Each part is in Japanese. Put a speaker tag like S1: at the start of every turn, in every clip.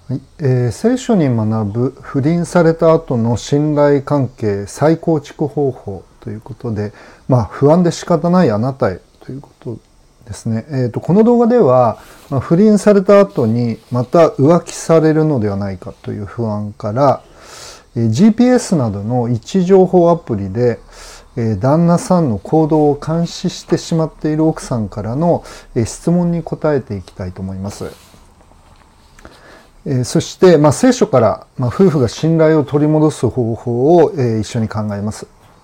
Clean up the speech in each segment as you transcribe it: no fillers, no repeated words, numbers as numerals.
S1: はい、聖書に学ぶ不倫された後の信頼関係再構築方法ということで、不安で仕方ないあなたへということですね。この動画では、不倫された後にまた浮気されるのではないかという不安から、GPS などの位置情報アプリで旦那さんの行動を監視してしまっている奥さんからの質問に答えていきたいと思います。そして、聖書から、夫婦が信頼を取り戻す方法を、一緒に考えます。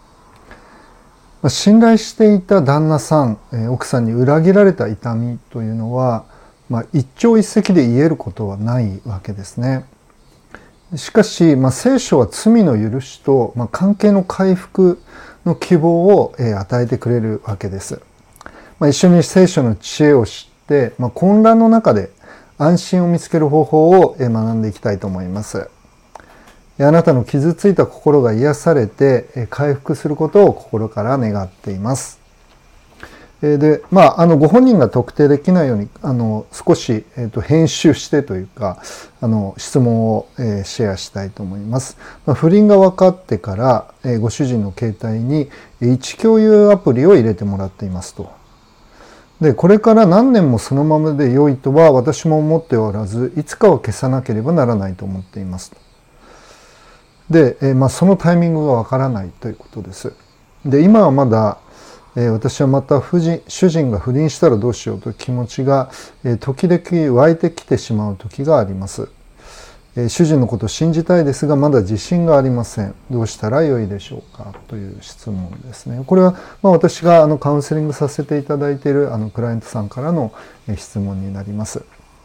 S1: 信頼していた旦那さん、奥さんに裏切られた痛みというのは、一朝一夕で言えることはないわけですね。しかし、聖書は罪の許しと、関係の回復の希望を、与えてくれるわけです。一緒に聖書の知恵を知って、混乱の中で安心を見つける方法を学んでいきたいと思います。あなたの傷ついた心が癒されて回復することを心から願っています。で、ご本人が特定できないように少し、編集してというか質問を、シェアしたいと思います。不倫が分かってから、ご主人の携帯に位置共有アプリを入れてもらっていますと。で、これから何年もそのままで良いとは私も思っておらず、いつかは消さなければならないと思っています。で、そのタイミングがわからないということです。で、今はまだ、私はまた主人が不倫したらどうしようという気持ちが、時々湧いてきてしまう時があります。主人のことを信じたいですがまだ自信がありません。どうしたらよいでしょうかという質問ですね。これは私がカウンセリングさせていただいているクライアントさんからの質問になります。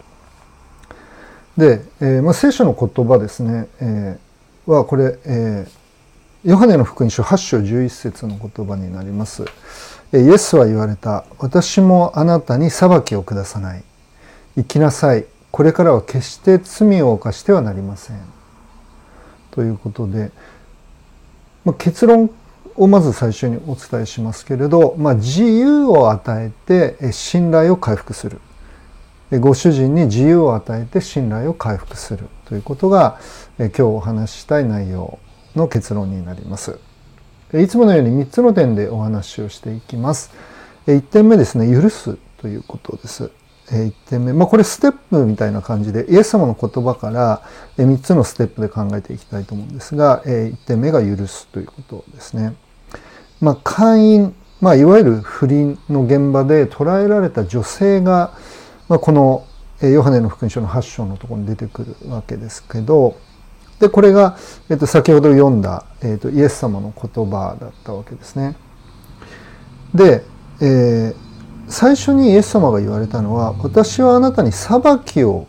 S1: で、聖書の言葉ですね、はこれ、ヨハネの福音書8章11節の言葉になります。イエスは言われた。私もあなたに裁きを下さない。生きなさい。これからは決して罪を犯してはなりません。ということで、結論をまず最初にお伝えしますけれど、自由を与えて信頼を回復する。ご主人に自由を与えて信頼を回復するということが今日お話ししたい内容の結論になります。いつものように3つの点でお話をしていきます。1点目ですね、許すということです。1点目、これステップみたいな感じでイエス様の言葉から3つのステップで考えていきたいと思うんですが、1点目が許すということですね。姦淫、いわゆる不倫の現場で捉えられた女性が、このヨハネの福音書の8章のところに出てくるわけですけど、でこれが、先ほど読んだ、イエス様の言葉だったわけですね。で、最初にイエス様が言われたのは、私もあなたに裁きを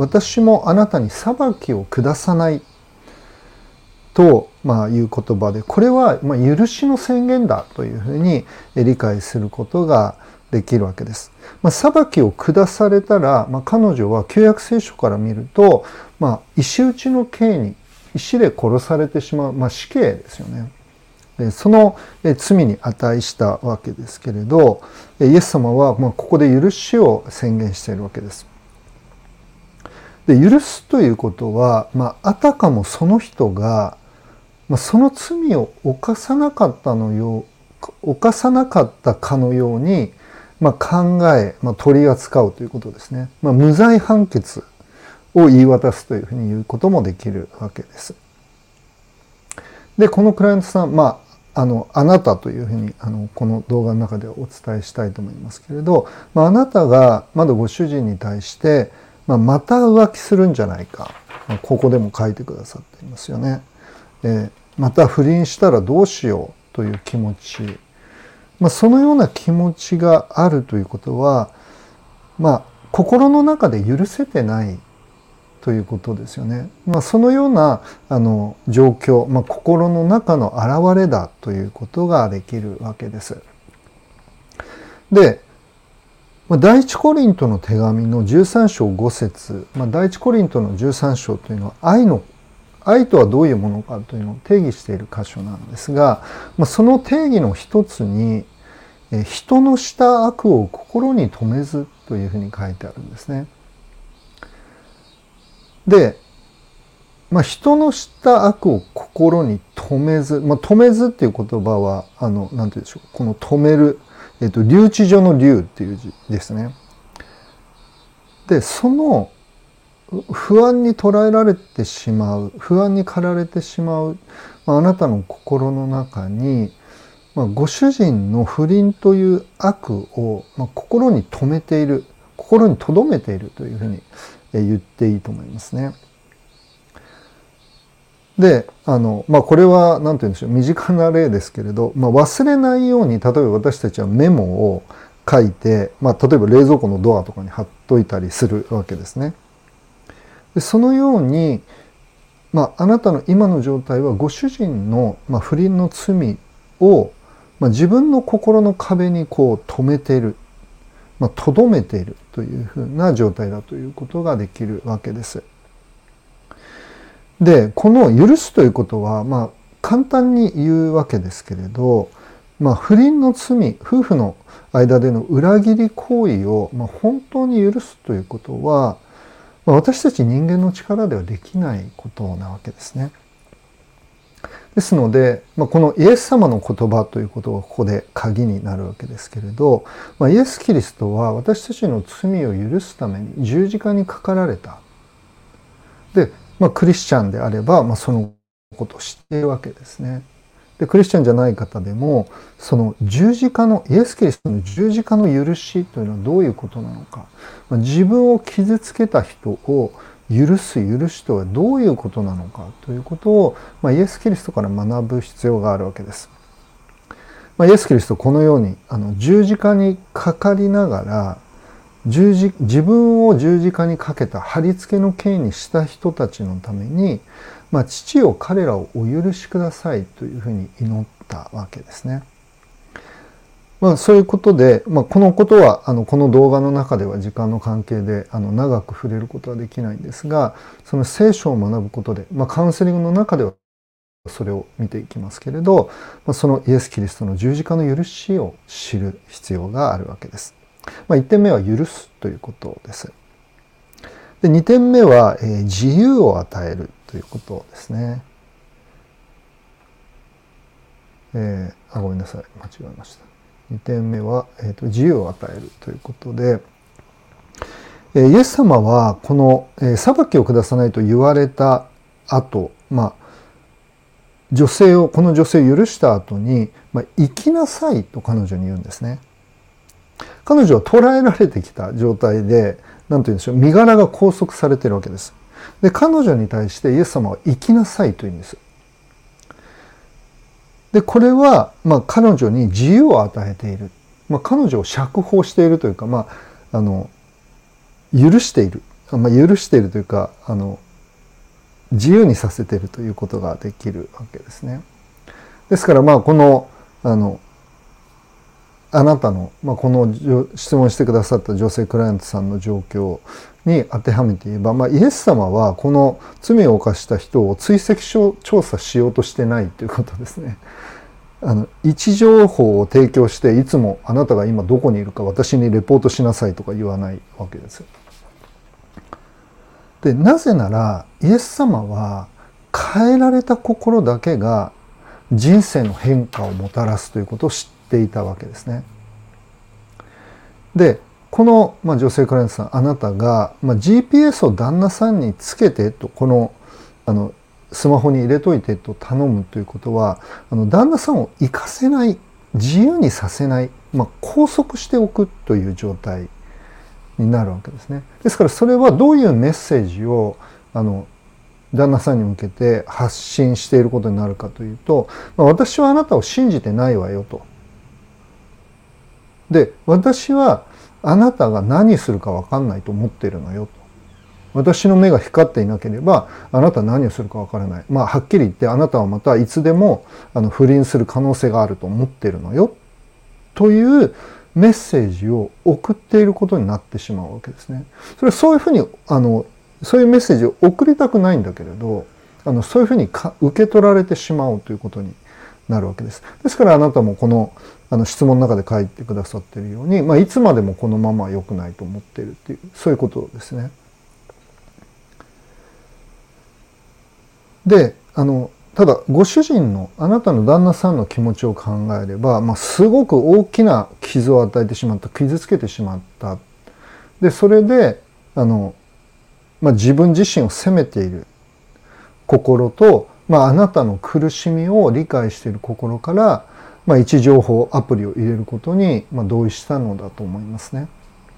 S1: 下さないと、いう言葉で、これは許しの宣言だというふうに理解することができるわけです。裁きを下されたら、彼女は旧約聖書から見ると、石打ちの刑に石で殺されてしまう、死刑ですよね。その罪に値したわけですけれど、イエス様はここで許しを宣言しているわけです。で、許すということは、あたかもその人がその罪を犯さなかったかのように考え、取り扱うということですね。無罪判決を言い渡すというふうに言うこともできるわけです。で、このクライアントさん、あなたというふうにこの動画の中でお伝えしたいと思いますけれど、あなたがまだご主人に対して、また浮気するんじゃないか、ここでも書いてくださっていますよね。また不倫したらどうしようという気持ち、そのような気持ちがあるということは、心の中で許せてないということですよね。そのような状況、心の中の表れだということができるわけです。で、第一コリントの手紙の13章5節、第一コリントの13章というのは愛とはどういうものかというのを定義している箇所なんですが、その定義の一つに人のした悪を心に留めずというふうに書いてあるんですね。 で、人のした悪を心に留めず、留めずっていう言葉はなんて言うんでしょう、この留める、留置所の留っていう字ですね。でその不安に捉えられてしまう、不安に駆られてしまう、あなたの心の中に、ご主人の不倫という悪を、心に留めている、心に留めているというふうに言っていいと思いますね。でこれは何て言うんでしょう、身近な例ですけれど、忘れないように、例えば私たちはメモを書いて、例えば冷蔵庫のドアとかに貼っといたりするわけですね。でそのように、あなたの今の状態はご主人の、不倫の罪を、自分の心の壁にこう留めている、留めているというふうな状態だということができるわけです。でこの許すということは、簡単に言うわけですけれど、不倫の罪、夫婦の間での裏切り行為を、本当に許すということは、私たち人間の力ではできないことなわけですね。ですので、このイエス様の言葉ということがここで鍵になるわけですけれど、イエス・キリストは私たちの罪を許すために十字架にかかられた。でクリスチャンであれば、そのことを知っているわけですね。でクリスチャンじゃない方でも、その十字架の、イエス・キリストの十字架の許しというのはどういうことなのか、自分を傷つけた人を許しとはどういうことなのかということを、イエス・キリストから学ぶ必要があるわけです。イエス・キリストこのように十字架にかかりながら、自分を十字架にかけた貼り付けの刑にした人たちのために、父よ彼らをお許しくださいというふうに祈ったわけですね。そういうことで、このことはこの動画の中では時間の関係で長く触れることはできないんですが、その聖書を学ぶことで、カウンセリングの中ではそれを見ていきますけれど、そのイエス・キリストの十字架の許しを知る必要があるわけです。1点目は許すということです。で2点目は、自由を与えるということですね。ごめんなさい、間違えました。2点目は、自由を与えるということで、イエス様はこの、裁きを下さないと言われた後、この女性を許した後に、生きなさいと彼女に言うんですね。彼女は捕らえられてきた状態で、なんて言うんでしょう、身柄が拘束されているわけです。で、彼女に対してイエス様は生きなさいと言うんです。で、これは、彼女に自由を与えている。彼女を釈放しているというか、許している。許しているというか、自由にさせているということができるわけですね。ですから、この、あなたの、この質問してくださった女性クライアントさんの状況に当てはめて言えば、イエス様はこの罪を犯した人を追跡調査しようとしてないということですね。位置情報を提供して、いつもあなたが今どこにいるか私にレポートしなさいとか言わないわけです。で、なぜならイエス様は変えられた心だけが人生の変化をもたらすということを知っていたわけですね。で、この、女性クライアントさん、あなたが、GPS を旦那さんにつけてと、このスマホに入れといてと頼むということは、旦那さんを生かせない、自由にさせない、拘束しておくという状態になるわけですね。ですからそれはどういうメッセージを旦那さんに向けて発信していることになるかというと、私はあなたを信じてないわよと。で、私はあなたが何するか分かんないと思っているのよと。私の目が光っていなければあなたは何をするか分からない。はっきり言ってあなたはまたいつでも不倫する可能性があると思っているのよというメッセージを送っていることになってしまうわけですね。それはそういうふうにそういうメッセージを送りたくないんだけれど、そういうふうに受け取られてしまうということになるわけです。ですからあなたもこの質問の中で書いてくださっているように、いつまでもこのままは良くないと思っているっていう、そういうことですね。 でただご主人のあなたの旦那さんの気持ちを考えれば、すごく大きな傷を与えてしまった、傷つけてしまった。でそれで自分自身を責めている心と、あなたの苦しみを理解している心から、位置情報アプリを入れることに、同意したのだと思いますね。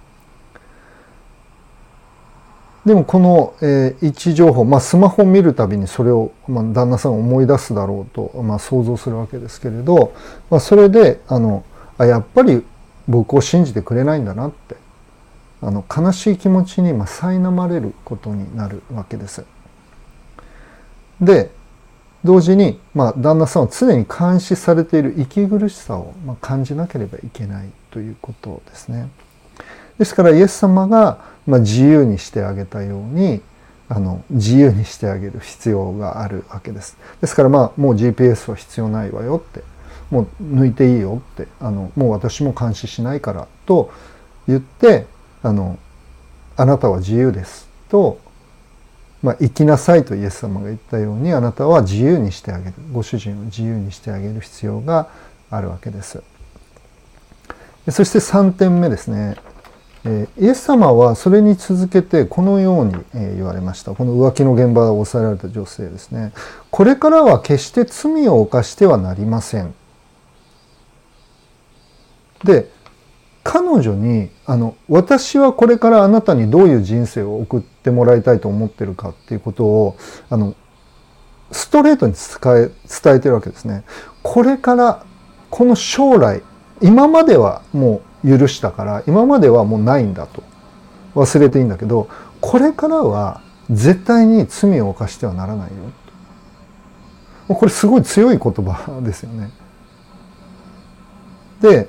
S1: でもこの、位置情報、スマホを見るたびにそれを、旦那さんを思い出すだろうと、想像するわけですけれど、それでやっぱり僕を信じてくれないんだなって悲しい気持ちに苛まれることになるわけです。で同時に、旦那さんは常に監視されている息苦しさを感じなければいけないということですね。ですからイエス様が自由にしてあげたように自由にしてあげる必要があるわけです。ですからもう GPS は必要ないわよって、もう抜いていいよって、もう私も監視しないからと言ってあなたは自由ですと、生きなさいとイエス様が言ったように、あなたは自由にしてあげる、ご主人を自由にしてあげる必要があるわけです。そして3点目ですね。イエス様はそれに続けてこのように言われました。この浮気の現場を抑えられた女性ですね。これからは決して罪を犯してはなりません。で彼女に私はこれからあなたにどういう人生を送ってもらいたいと思ってるかっていうことをストレートに伝えてるわけですね。これからこの将来、今まではもう許したから今まではもうないんだと忘れていいんだけど、これからは絶対に罪を犯してはならないよと。これすごい強い言葉ですよね。で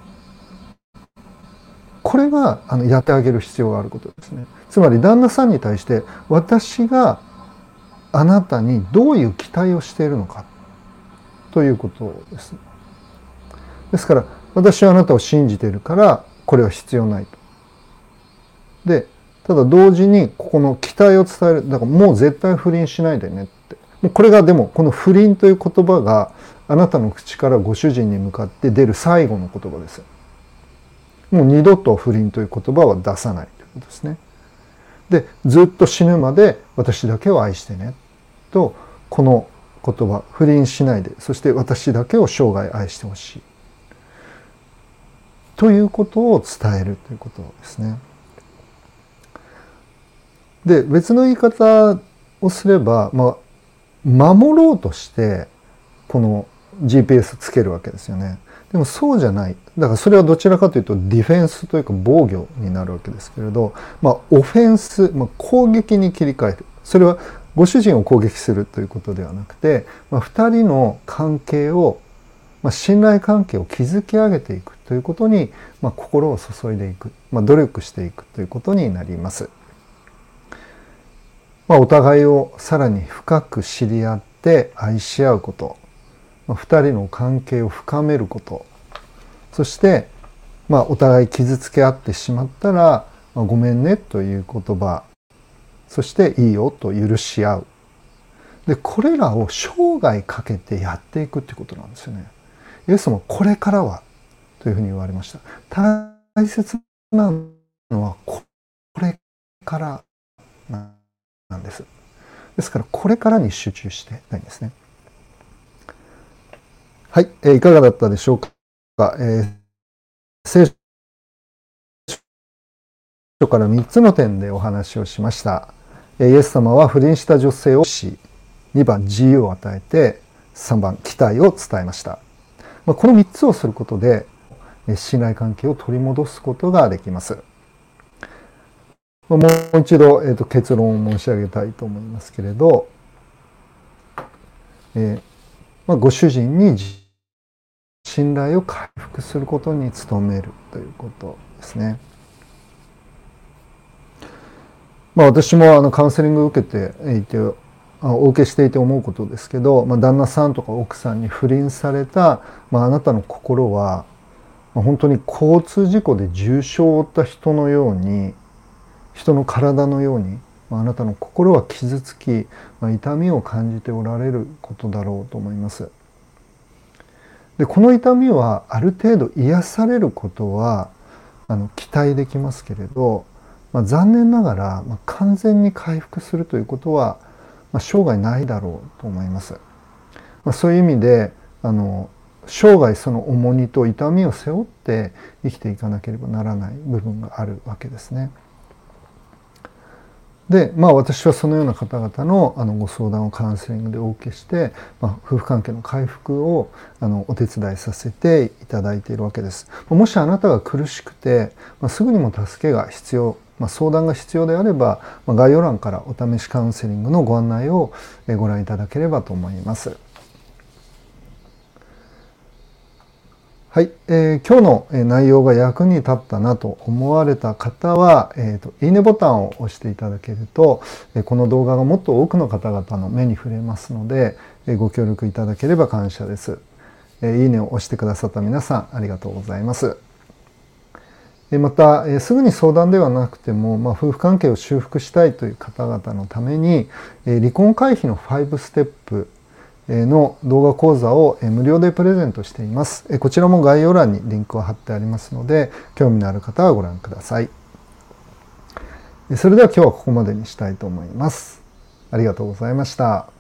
S1: これがやってあげる必要があることですね。つまり旦那さんに対して私があなたにどういう期待をしているのかということです。ですから私はあなたを信じているからこれは必要ないと。でただ同時にここの期待を伝える。だからもう絶対不倫しないでねって。もうこれがでもこの不倫という言葉があなたの口からご主人に向かって出る最後の言葉です。もう二度と不倫という言葉は出さないということですね。でずっと死ぬまで私だけを愛してねと、この言葉、不倫しないで、そして私だけを生涯愛してほしいということを伝えるということですね。で別の言い方をすれば、守ろうとしてこの GPS つけるわけですよね。でもそうじゃない。だからそれはどちらかというとディフェンスというか防御になるわけですけれど、オフェンス、攻撃に切り替える。それはご主人を攻撃するということではなくて、2人の関係を、信頼関係を築き上げていくということに、心を注いでいく、努力していくということになります。お互いをさらに深く知り合って愛し合うこと、2人の関係を深めること、そしてお互い傷つけ合ってしまったら、ごめんねという言葉、そしていいよと許し合う。でこれらを生涯かけてやっていくっていうことなんですよね。イエスもこれからはというふうに言われました。大切なのはこれからなんです。ですからこれからに集中してないんですね。はい、いかがだったでしょうか。聖書から3つの点でお話をしました。イエス様は不倫した女性をし、2番自由を与えて、3番期待を伝えました。この3つをすることで信頼関係を取り戻すことができます。もう一度、結論を申し上げたいと思いますけれど、ご主人に信頼を回復することに努めるということですね。私もカウンセリングを受けていてお受けしていて思うことですけど、旦那さんとか奥さんに不倫された、あなたの心は本当に交通事故で重傷を負った人のように、人の体のようにあなたの心は傷つき、痛みを感じておられることだろうと思います。でこの痛みはある程度癒されることは期待できますけれど、残念ながら、完全に回復するということは、生涯ないだろうと思います。そういう意味で生涯その重荷と痛みを背負って生きていかなければならない部分があるわけですね。で私はそのような方々のご相談をカウンセリングでお受けして、夫婦関係の回復をお手伝いさせていただいているわけです。もしあなたが苦しくて、すぐにも助けが必要、相談が必要であれば、概要欄からお試しカウンセリングのご案内をご覧いただければと思います。はい、今日の内容が役に立ったなと思われた方は、いいねボタンを押していただけると、この動画がもっと多くの方々の目に触れますので、ご協力いただければ感謝です。いいねを押してくださった皆さんありがとうございます。また、すぐに相談ではなくても、夫婦関係を修復したいという方々のために、離婚回避の5ステップの動画講座を無料でプレゼントしています。こちらも概要欄にリンクを貼ってありますので、興味のある方はご覧ください。それでは今日はここまでにしたいと思います。ありがとうございました。